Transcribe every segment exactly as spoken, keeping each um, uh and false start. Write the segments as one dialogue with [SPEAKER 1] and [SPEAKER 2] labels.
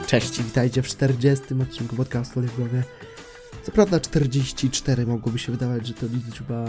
[SPEAKER 1] Cześć, witajcie w czterdziestym odcinku podcastu w głowie. Co prawda czterdzieści cztery mogłoby się wydawać, że to liczba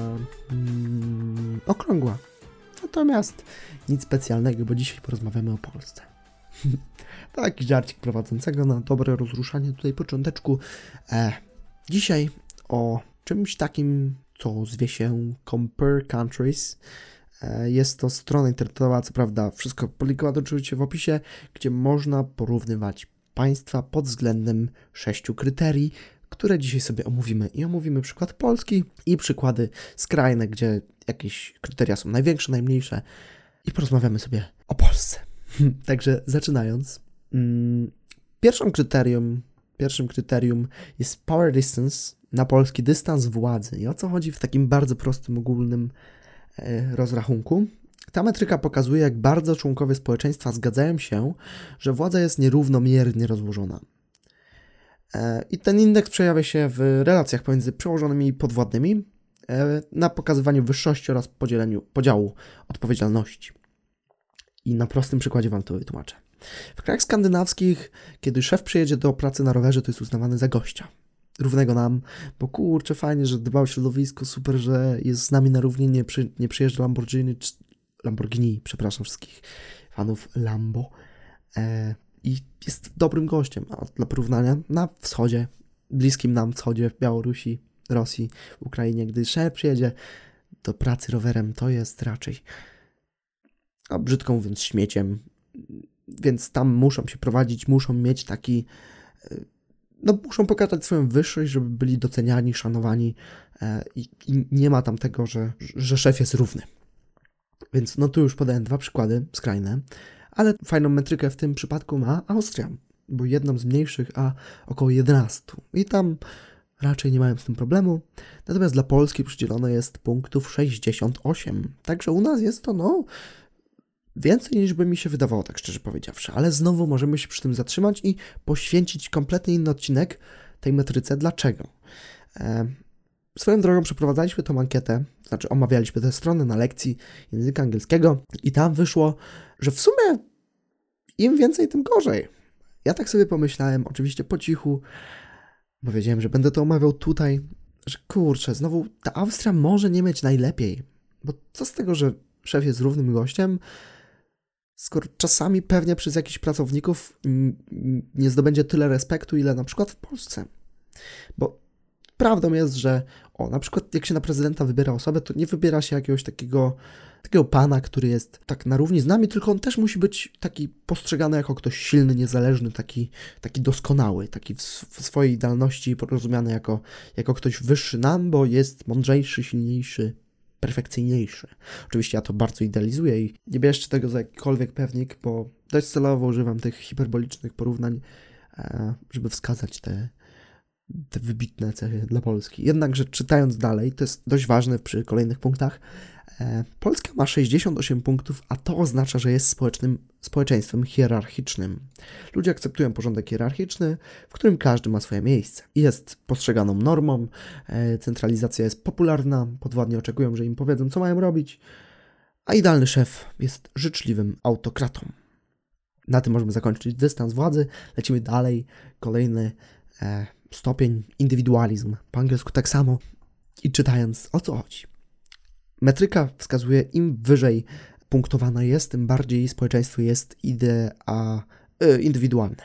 [SPEAKER 1] mm, okrągła. Natomiast nic specjalnego, bo dzisiaj porozmawiamy o Polsce. Taki żarcik prowadzącego na dobre rozruszanie tutaj począteczku. E, dzisiaj o czymś takim, co zwie się Compare Countries. E, jest to strona internetowa, co prawda wszystko podlinkowane oczywiście w opisie, gdzie można porównywać państwa pod względem sześciu kryterii, które dzisiaj sobie omówimy. I omówimy przykład Polski i przykłady skrajne, gdzie jakieś kryteria są największe, najmniejsze i porozmawiamy sobie o Polsce. Także zaczynając, pierwszym kryterium, pierwszym kryterium jest power distance, na polski dystans władzy. I o co chodzi w takim bardzo prostym, ogólnym e, rozrachunku? Ta metryka pokazuje, jak bardzo członkowie społeczeństwa zgadzają się, że władza jest nierównomiernie rozłożona. E, I ten indeks przejawia się w relacjach pomiędzy przełożonymi i podwładnymi, e, na pokazywaniu wyższości oraz podzieleniu, podziału odpowiedzialności. I na prostym przykładzie Wam to wytłumaczę. W krajach skandynawskich, kiedy szef przyjedzie do pracy na rowerze, to jest uznawany za gościa. Równego nam, bo kurczę, fajnie, że dba o środowisko, super, że jest z nami na równi, nie, przy, nie przyjeżdża Lamborghini, czy, Lamborghini, przepraszam wszystkich fanów Lambo. E, I jest dobrym gościem. A dla porównania, na wschodzie, bliskim nam wschodzie, Białorusi, Rosji, Ukrainie, gdy szef przyjedzie do pracy rowerem, to jest raczej, a brzydko mówiąc, śmieciem. Więc tam muszą się prowadzić, muszą mieć taki, no muszą pokazać swoją wyższość, żeby byli doceniani, szanowani e, i, i nie ma tam tego, że, że szef jest równy. Więc no tu już podałem dwa przykłady skrajne, ale fajną metrykę w tym przypadku ma Austria, bo jedną z mniejszych, a około jedenaście. I tam raczej nie mają z tym problemu. Natomiast dla Polski przydzielone jest punktów sześćdziesiąt osiem. Także u nas jest to no więcej niż by mi się wydawało, tak szczerze powiedziawszy. Ale znowu możemy się przy tym zatrzymać i poświęcić kompletnie inny odcinek tej metryce. Dlaczego? E, swoją drogą przeprowadzaliśmy tą ankietę, znaczy omawialiśmy tę stronę na lekcji języka angielskiego i tam wyszło, że w sumie im więcej, tym gorzej. Ja tak sobie pomyślałem, oczywiście po cichu, bo wiedziałem, że będę to omawiał tutaj, że kurczę, znowu ta Austria może nie mieć najlepiej, bo co z tego, że szef jest równym gościem, skoro czasami pewnie przez jakichś pracowników nie zdobędzie tyle respektu, ile na przykład w Polsce. Bo prawdą jest, że o, na przykład jak się na prezydenta wybiera osobę, to nie wybiera się jakiegoś takiego, takiego pana, który jest tak na równi z nami, tylko on też musi być taki postrzegany jako ktoś silny, niezależny, taki, taki doskonały, taki w, w swojej idealności rozumiany jako, jako ktoś wyższy nam, bo jest mądrzejszy, silniejszy, perfekcyjniejszy. Oczywiście ja to bardzo idealizuję i nie bierzcie tego za jakikolwiek pewnik, bo dość celowo używam tych hiperbolicznych porównań, żeby wskazać te, te wybitne cechy dla Polski. Jednakże czytając dalej, to jest dość ważne przy kolejnych punktach, Polska ma sześćdziesiąt osiem punktów, a to oznacza, że jest społecznym, społeczeństwem hierarchicznym. Ludzie akceptują porządek hierarchiczny, w którym każdy ma swoje miejsce. Jest postrzeganą normą, centralizacja jest popularna, podwładni oczekują, że im powiedzą, co mają robić, a idealny szef jest życzliwym autokratą. Na tym możemy zakończyć dystans władzy. Lecimy dalej. Kolejny e, stopień, indywidualizm. Po angielsku tak samo. I czytając, o co chodzi. Metryka wskazuje, im wyżej punktowana jest, tym bardziej społeczeństwo jest idea, y, indywidualne,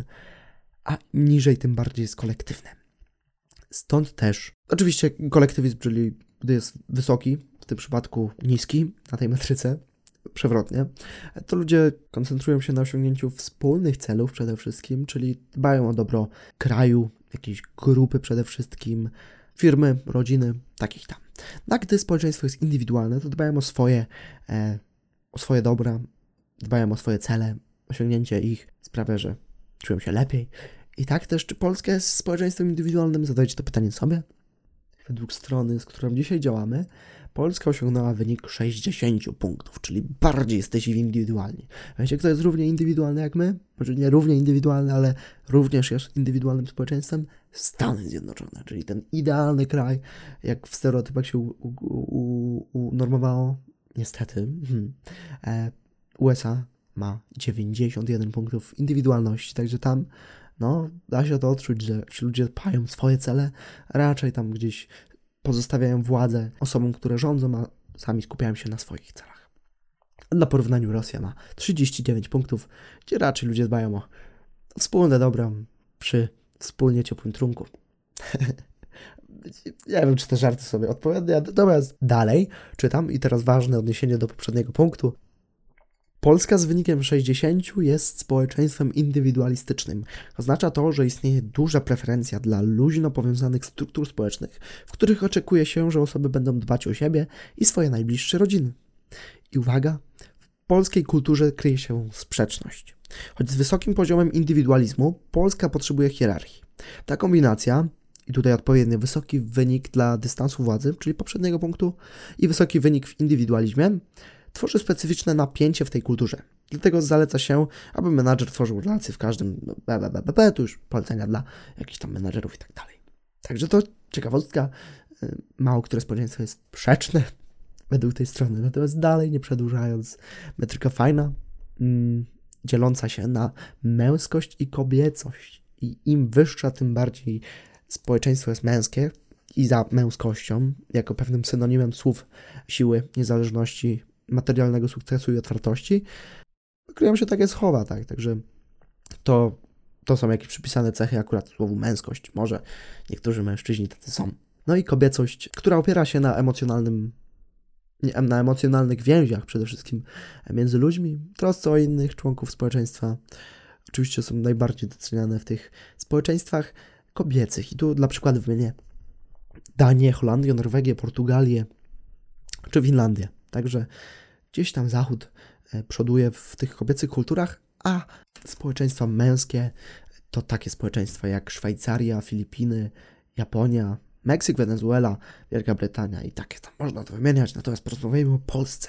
[SPEAKER 1] a im niżej, tym bardziej jest kolektywne. Stąd też, oczywiście kolektywizm, czyli gdy jest wysoki, w tym przypadku niski na tej metryce, przewrotnie, to ludzie koncentrują się na osiągnięciu wspólnych celów przede wszystkim, czyli dbają o dobro kraju, jakiejś grupy przede wszystkim, firmy, rodziny, takich tam. No, a gdy społeczeństwo jest indywidualne, to dbają o swoje, e, o swoje dobra, dbają o swoje cele, osiągnięcie ich sprawia, że czują się lepiej. I tak też, czy Polska jest społeczeństwem indywidualnym? Zadajcie to pytanie sobie. Według strony, z którą dzisiaj działamy, Polska osiągnęła wynik sześćdziesiąt punktów, czyli bardziej jesteście indywidualni. Wiecie, kto jest równie indywidualny jak my? Może nie równie indywidualny, ale również jest indywidualnym społeczeństwem? Stany Zjednoczone, czyli ten idealny kraj, jak w stereotypach się unormowało, niestety, hmm. e, U S A, ma dziewięćdziesiąt jeden punktów indywidualności, także tam no, da się to odczuć, że ci ludzie dbają swoje cele, raczej tam gdzieś pozostawiają władzę osobom, które rządzą, a sami skupiają się na swoich celach. Dla porównania Rosja ma trzydzieści dziewięć punktów, gdzie raczej ludzie dbają o wspólne dobro przy wspólnie ciepłym trunku. Nie wiem, czy te żarty sobie odpowiadają. Natomiast dalej czytam i teraz ważne odniesienie do poprzedniego punktu. Polska z wynikiem sześćdziesiąt jest społeczeństwem indywidualistycznym. Oznacza to, że istnieje duża preferencja dla luźno powiązanych struktur społecznych, w których oczekuje się, że osoby będą dbać o siebie i swoje najbliższe rodziny. I uwaga, w polskiej kulturze kryje się sprzeczność. Choć z wysokim poziomem indywidualizmu Polska potrzebuje hierarchii. Ta kombinacja, i tutaj odpowiednio wysoki wynik dla dystansu władzy, czyli poprzedniego punktu, i wysoki wynik w indywidualizmie, tworzy specyficzne napięcie w tej kulturze. Dlatego zaleca się, aby menadżer tworzył relacje w każdym B B B B B, tu już polecenia dla jakichś tam menadżerów i tak dalej. Także to ciekawostka, mało które społeczeństwo jest sprzeczne według tej strony. Natomiast dalej, nie przedłużając, metryka fajna, mm, dzieląca się na męskość i kobiecość. I im wyższa, tym bardziej społeczeństwo jest męskie i za męskością, jako pewnym synonimem słów siły, niezależności, materialnego sukcesu i otwartości, kryją się takie słowa, tak, także to, to są jakieś przypisane cechy akurat słowu męskość, może niektórzy mężczyźni tacy są. No i kobiecość, która opiera się na emocjonalnym, nie, na emocjonalnych więziach przede wszystkim między ludźmi, trosce o innych członków społeczeństwa, oczywiście są najbardziej doceniane w tych społeczeństwach kobiecych i tu dla przykładu wymienię Danię, Holandię, Norwegię, Portugalię czy Finlandię. Także gdzieś tam Zachód przoduje w tych kobiecych kulturach, a społeczeństwa męskie to takie społeczeństwa jak Szwajcaria, Filipiny, Japonia, Meksyk, Wenezuela, Wielka Brytania i takie tam można to wymieniać. Natomiast porozmawiajmy o Polsce.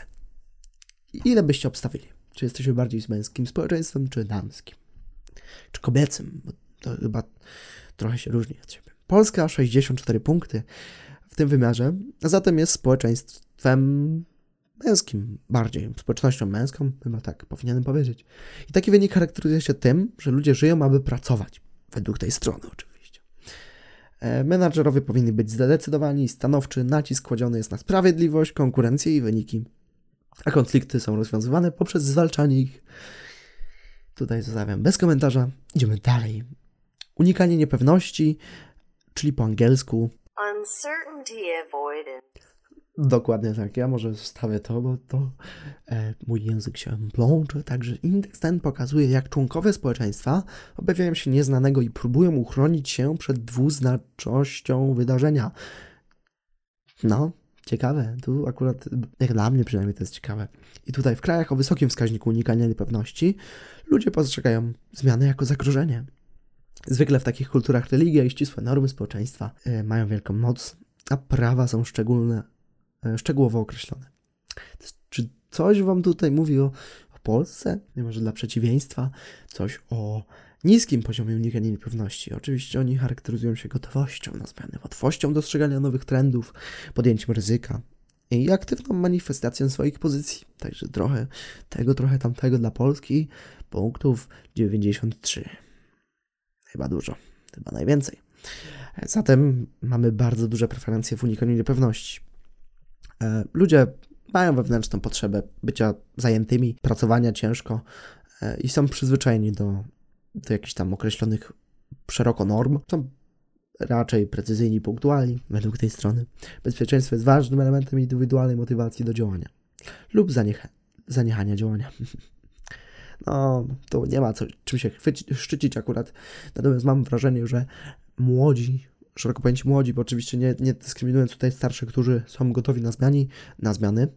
[SPEAKER 1] Ile byście obstawili? Czy jesteśmy bardziej z męskim społeczeństwem, czy damskim? Czy kobiecym? Bo to chyba trochę się różni od siebie. Polska sześćdziesiąt cztery punkty w tym wymiarze, a zatem jest społeczeństwem męskim bardziej, społecznością męską, chyba tak powinienem powiedzieć. I taki wynik charakteryzuje się tym, że ludzie żyją, aby pracować, według tej strony oczywiście. E, menadżerowie powinni być zdecydowani i stanowczy, nacisk kładziony jest na sprawiedliwość, konkurencję i wyniki, a konflikty są rozwiązywane poprzez zwalczanie ich. Tutaj zostawiam bez komentarza. Idziemy dalej. Unikanie niepewności, czyli po angielsku
[SPEAKER 2] Uncertainty avoidance.
[SPEAKER 1] Dokładnie tak, ja może zostawię to, bo to e, mój język się plącze, także indeks ten pokazuje, jak członkowie społeczeństwa obawiają się nieznanego i próbują uchronić się przed dwuznacznością wydarzenia. No, ciekawe, tu akurat, jak dla mnie przynajmniej to jest ciekawe. I tutaj w krajach o wysokim wskaźniku unikania niepewności ludzie postrzegają zmiany jako zagrożenie. Zwykle w takich kulturach religia i ścisłe normy społeczeństwa e, mają wielką moc, a prawa są szczególne, e, szczegółowo określone. Czy coś wam tutaj mówi o, o Polsce? Nie może dla przeciwieństwa coś o niskim poziomie unikania niepewności. Oczywiście oni charakteryzują się gotowością na zmiany, łatwością dostrzegania nowych trendów, podjęciem ryzyka i aktywną manifestacją swoich pozycji. Także trochę tego, trochę tamtego dla Polski. Punktów dziewięćdziesiąt trzy. Chyba dużo, chyba najwięcej. Zatem mamy bardzo duże preferencje w unikaniu niepewności. Ludzie mają wewnętrzną potrzebę bycia zajętymi, pracowania ciężko i są przyzwyczajeni do, do jakichś tam określonych szeroko norm. Są raczej precyzyjni i punktualni według tej strony. Bezpieczeństwo jest ważnym elementem indywidualnej motywacji do działania lub zaniecha- zaniechania działania. No, to nie ma co, czym się chwyci, szczycić akurat. Natomiast mam wrażenie, że młodzi, szeroko pojęci młodzi, bo oczywiście nie, nie dyskryminując tutaj starszych, którzy są gotowi na zmiany, na zmiany,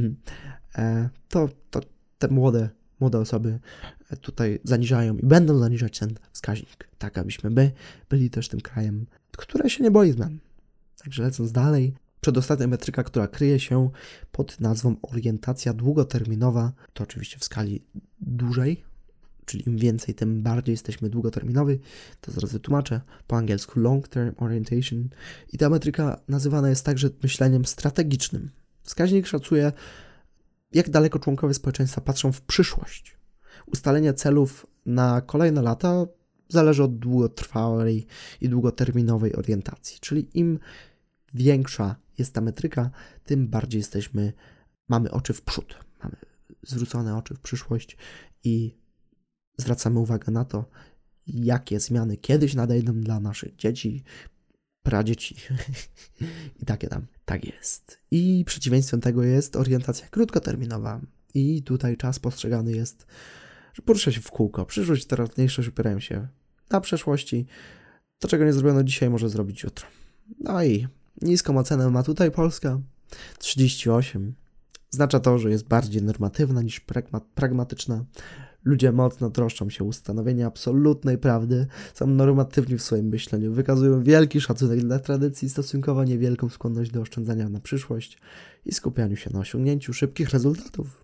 [SPEAKER 1] to, to te młode, młode osoby tutaj zaniżają i będą zaniżać ten wskaźnik, tak abyśmy my byli też tym krajem, które się nie boi zmian. Także lecąc dalej, przedostatnia metryka, która kryje się pod nazwą orientacja długoterminowa, to oczywiście w skali dłużej, czyli im więcej, tym bardziej jesteśmy długoterminowi. To zaraz wytłumaczę. Po angielsku long term orientation. I ta metryka nazywana jest także myśleniem strategicznym. Wskaźnik szacuje, jak daleko członkowie społeczeństwa patrzą w przyszłość. Ustalenie celów na kolejne lata zależy od długotrwałej i długoterminowej orientacji, czyli im większa jest ta metryka, tym bardziej jesteśmy, mamy oczy w przód, mamy zwrócone oczy w przyszłość i zwracamy uwagę na to, jakie zmiany kiedyś nadejdą dla naszych dzieci, pradzieci i takie tam. Tak jest. I przeciwieństwem tego jest orientacja krótkoterminowa. I tutaj czas postrzegany jest, że porusza się w kółko. Przyszłość i teraźniejszość opierają się na przeszłości. To, czego nie zrobiono dzisiaj, może zrobić jutro. No i niską ocenę ma tutaj Polska. trzydzieści osiem. Oznacza to, że jest bardziej normatywna niż pragma- pragmatyczna. Ludzie mocno troszczą się o ustanowienie absolutnej prawdy, są normatywni w swoim myśleniu, wykazują wielki szacunek dla tradycji, stosunkowo niewielką skłonność do oszczędzania na przyszłość i skupianiu się na osiągnięciu szybkich rezultatów.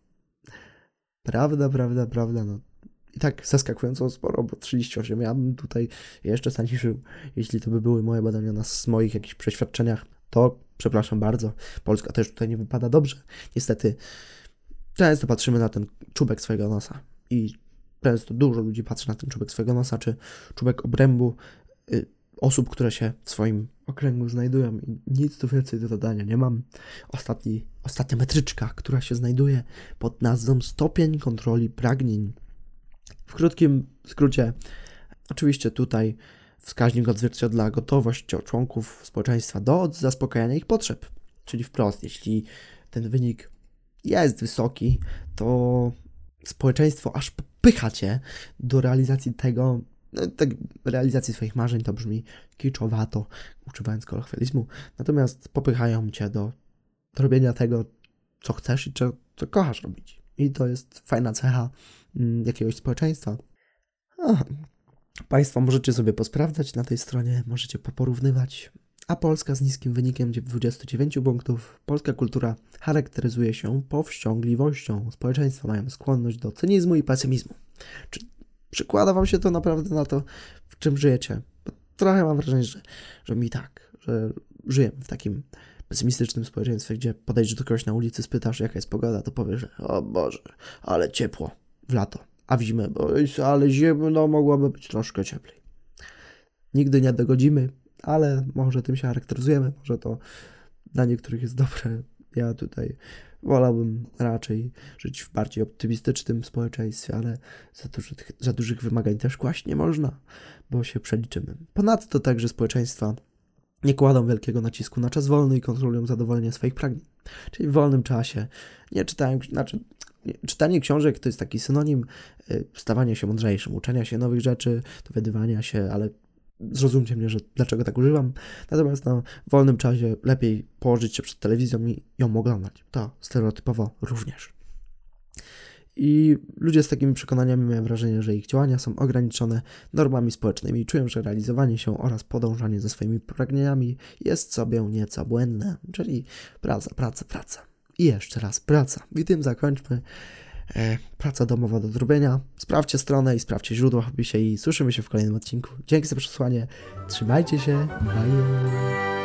[SPEAKER 1] Prawda, prawda, prawda, no i tak zaskakująco sporo, bo trzydzieści osiem, ja bym tutaj jeszcze zaniżył, jeśli to by były moje badania na moich jakichś przeświadczeniach, to przepraszam bardzo, Polska też tutaj nie wypada dobrze. Niestety często patrzymy na ten czubek swojego nosa i często dużo ludzi patrzy na ten czubek swojego nosa, czy czubek obrębu y, osób, które się w swoim okręgu znajdują i nic tu więcej do dodania nie mam. Ostatni, ostatnia metryczka, która się znajduje pod nazwą stopień kontroli pragnień. W krótkim skrócie, oczywiście tutaj wskaźnik odzwierciedla gotowość członków społeczeństwa do zaspokajania ich potrzeb. Czyli wprost, jeśli ten wynik jest wysoki, to społeczeństwo aż popycha cię do realizacji tego, no, tak, realizacji swoich marzeń, to brzmi kiczowato, używając kolokwializmu, natomiast popychają cię do, do robienia tego, co chcesz i co, co kochasz robić. I to jest fajna cecha mm, jakiegoś społeczeństwa. Aha. Państwo możecie sobie posprawdzać na tej stronie, możecie poporównywać. A Polska z niskim wynikiem dwudziestu dziewięciu punktów. Polska kultura charakteryzuje się powściągliwością. Społeczeństwa mają skłonność do cynizmu i pesymizmu. Czy przykłada wam się to naprawdę na to, w czym żyjecie? Bo trochę mam wrażenie, że, że mi tak, że żyjemy w takim pesymistycznym społeczeństwie, gdzie podejdziesz do kogoś na ulicy, spytasz, jaka jest pogoda, to powiesz, że o Boże, ale ciepło w lato, a w zimę, bo ale zimno mogłoby być troszkę cieplej. Nigdy nie dogodzimy, ale może tym się charakteryzujemy, może to dla niektórych jest dobre. Ja tutaj wolałbym raczej żyć w bardziej optymistycznym społeczeństwie, ale za dużych, za dużych wymagań też kłaść nie można, bo się przeliczymy. Ponadto także społeczeństwa nie kładą wielkiego nacisku na czas wolny i kontrolują zadowolenie swoich pragnień. Czyli w wolnym czasie nie czytają, znaczy nie, czytanie książek to jest taki synonim y, stawania się mądrzejszym, uczenia się nowych rzeczy, dowiadywania się, ale zrozumcie mnie, że dlaczego tak używam. Natomiast no, w wolnym czasie lepiej położyć się przed telewizją i ją oglądać. To stereotypowo również. I ludzie z takimi przekonaniami mają wrażenie, że ich działania są ograniczone normami społecznymi i czują, że realizowanie się oraz podążanie za swoimi pragnieniami jest sobie nieco błędne. Czyli praca, praca, praca. I jeszcze raz praca. I tym zakończmy. E, praca domowa do zrobienia. Sprawdźcie stronę i sprawdźcie źródła w opisie i słyszymy się w kolejnym odcinku. Dzięki za przesłanie. Trzymajcie się. Bye.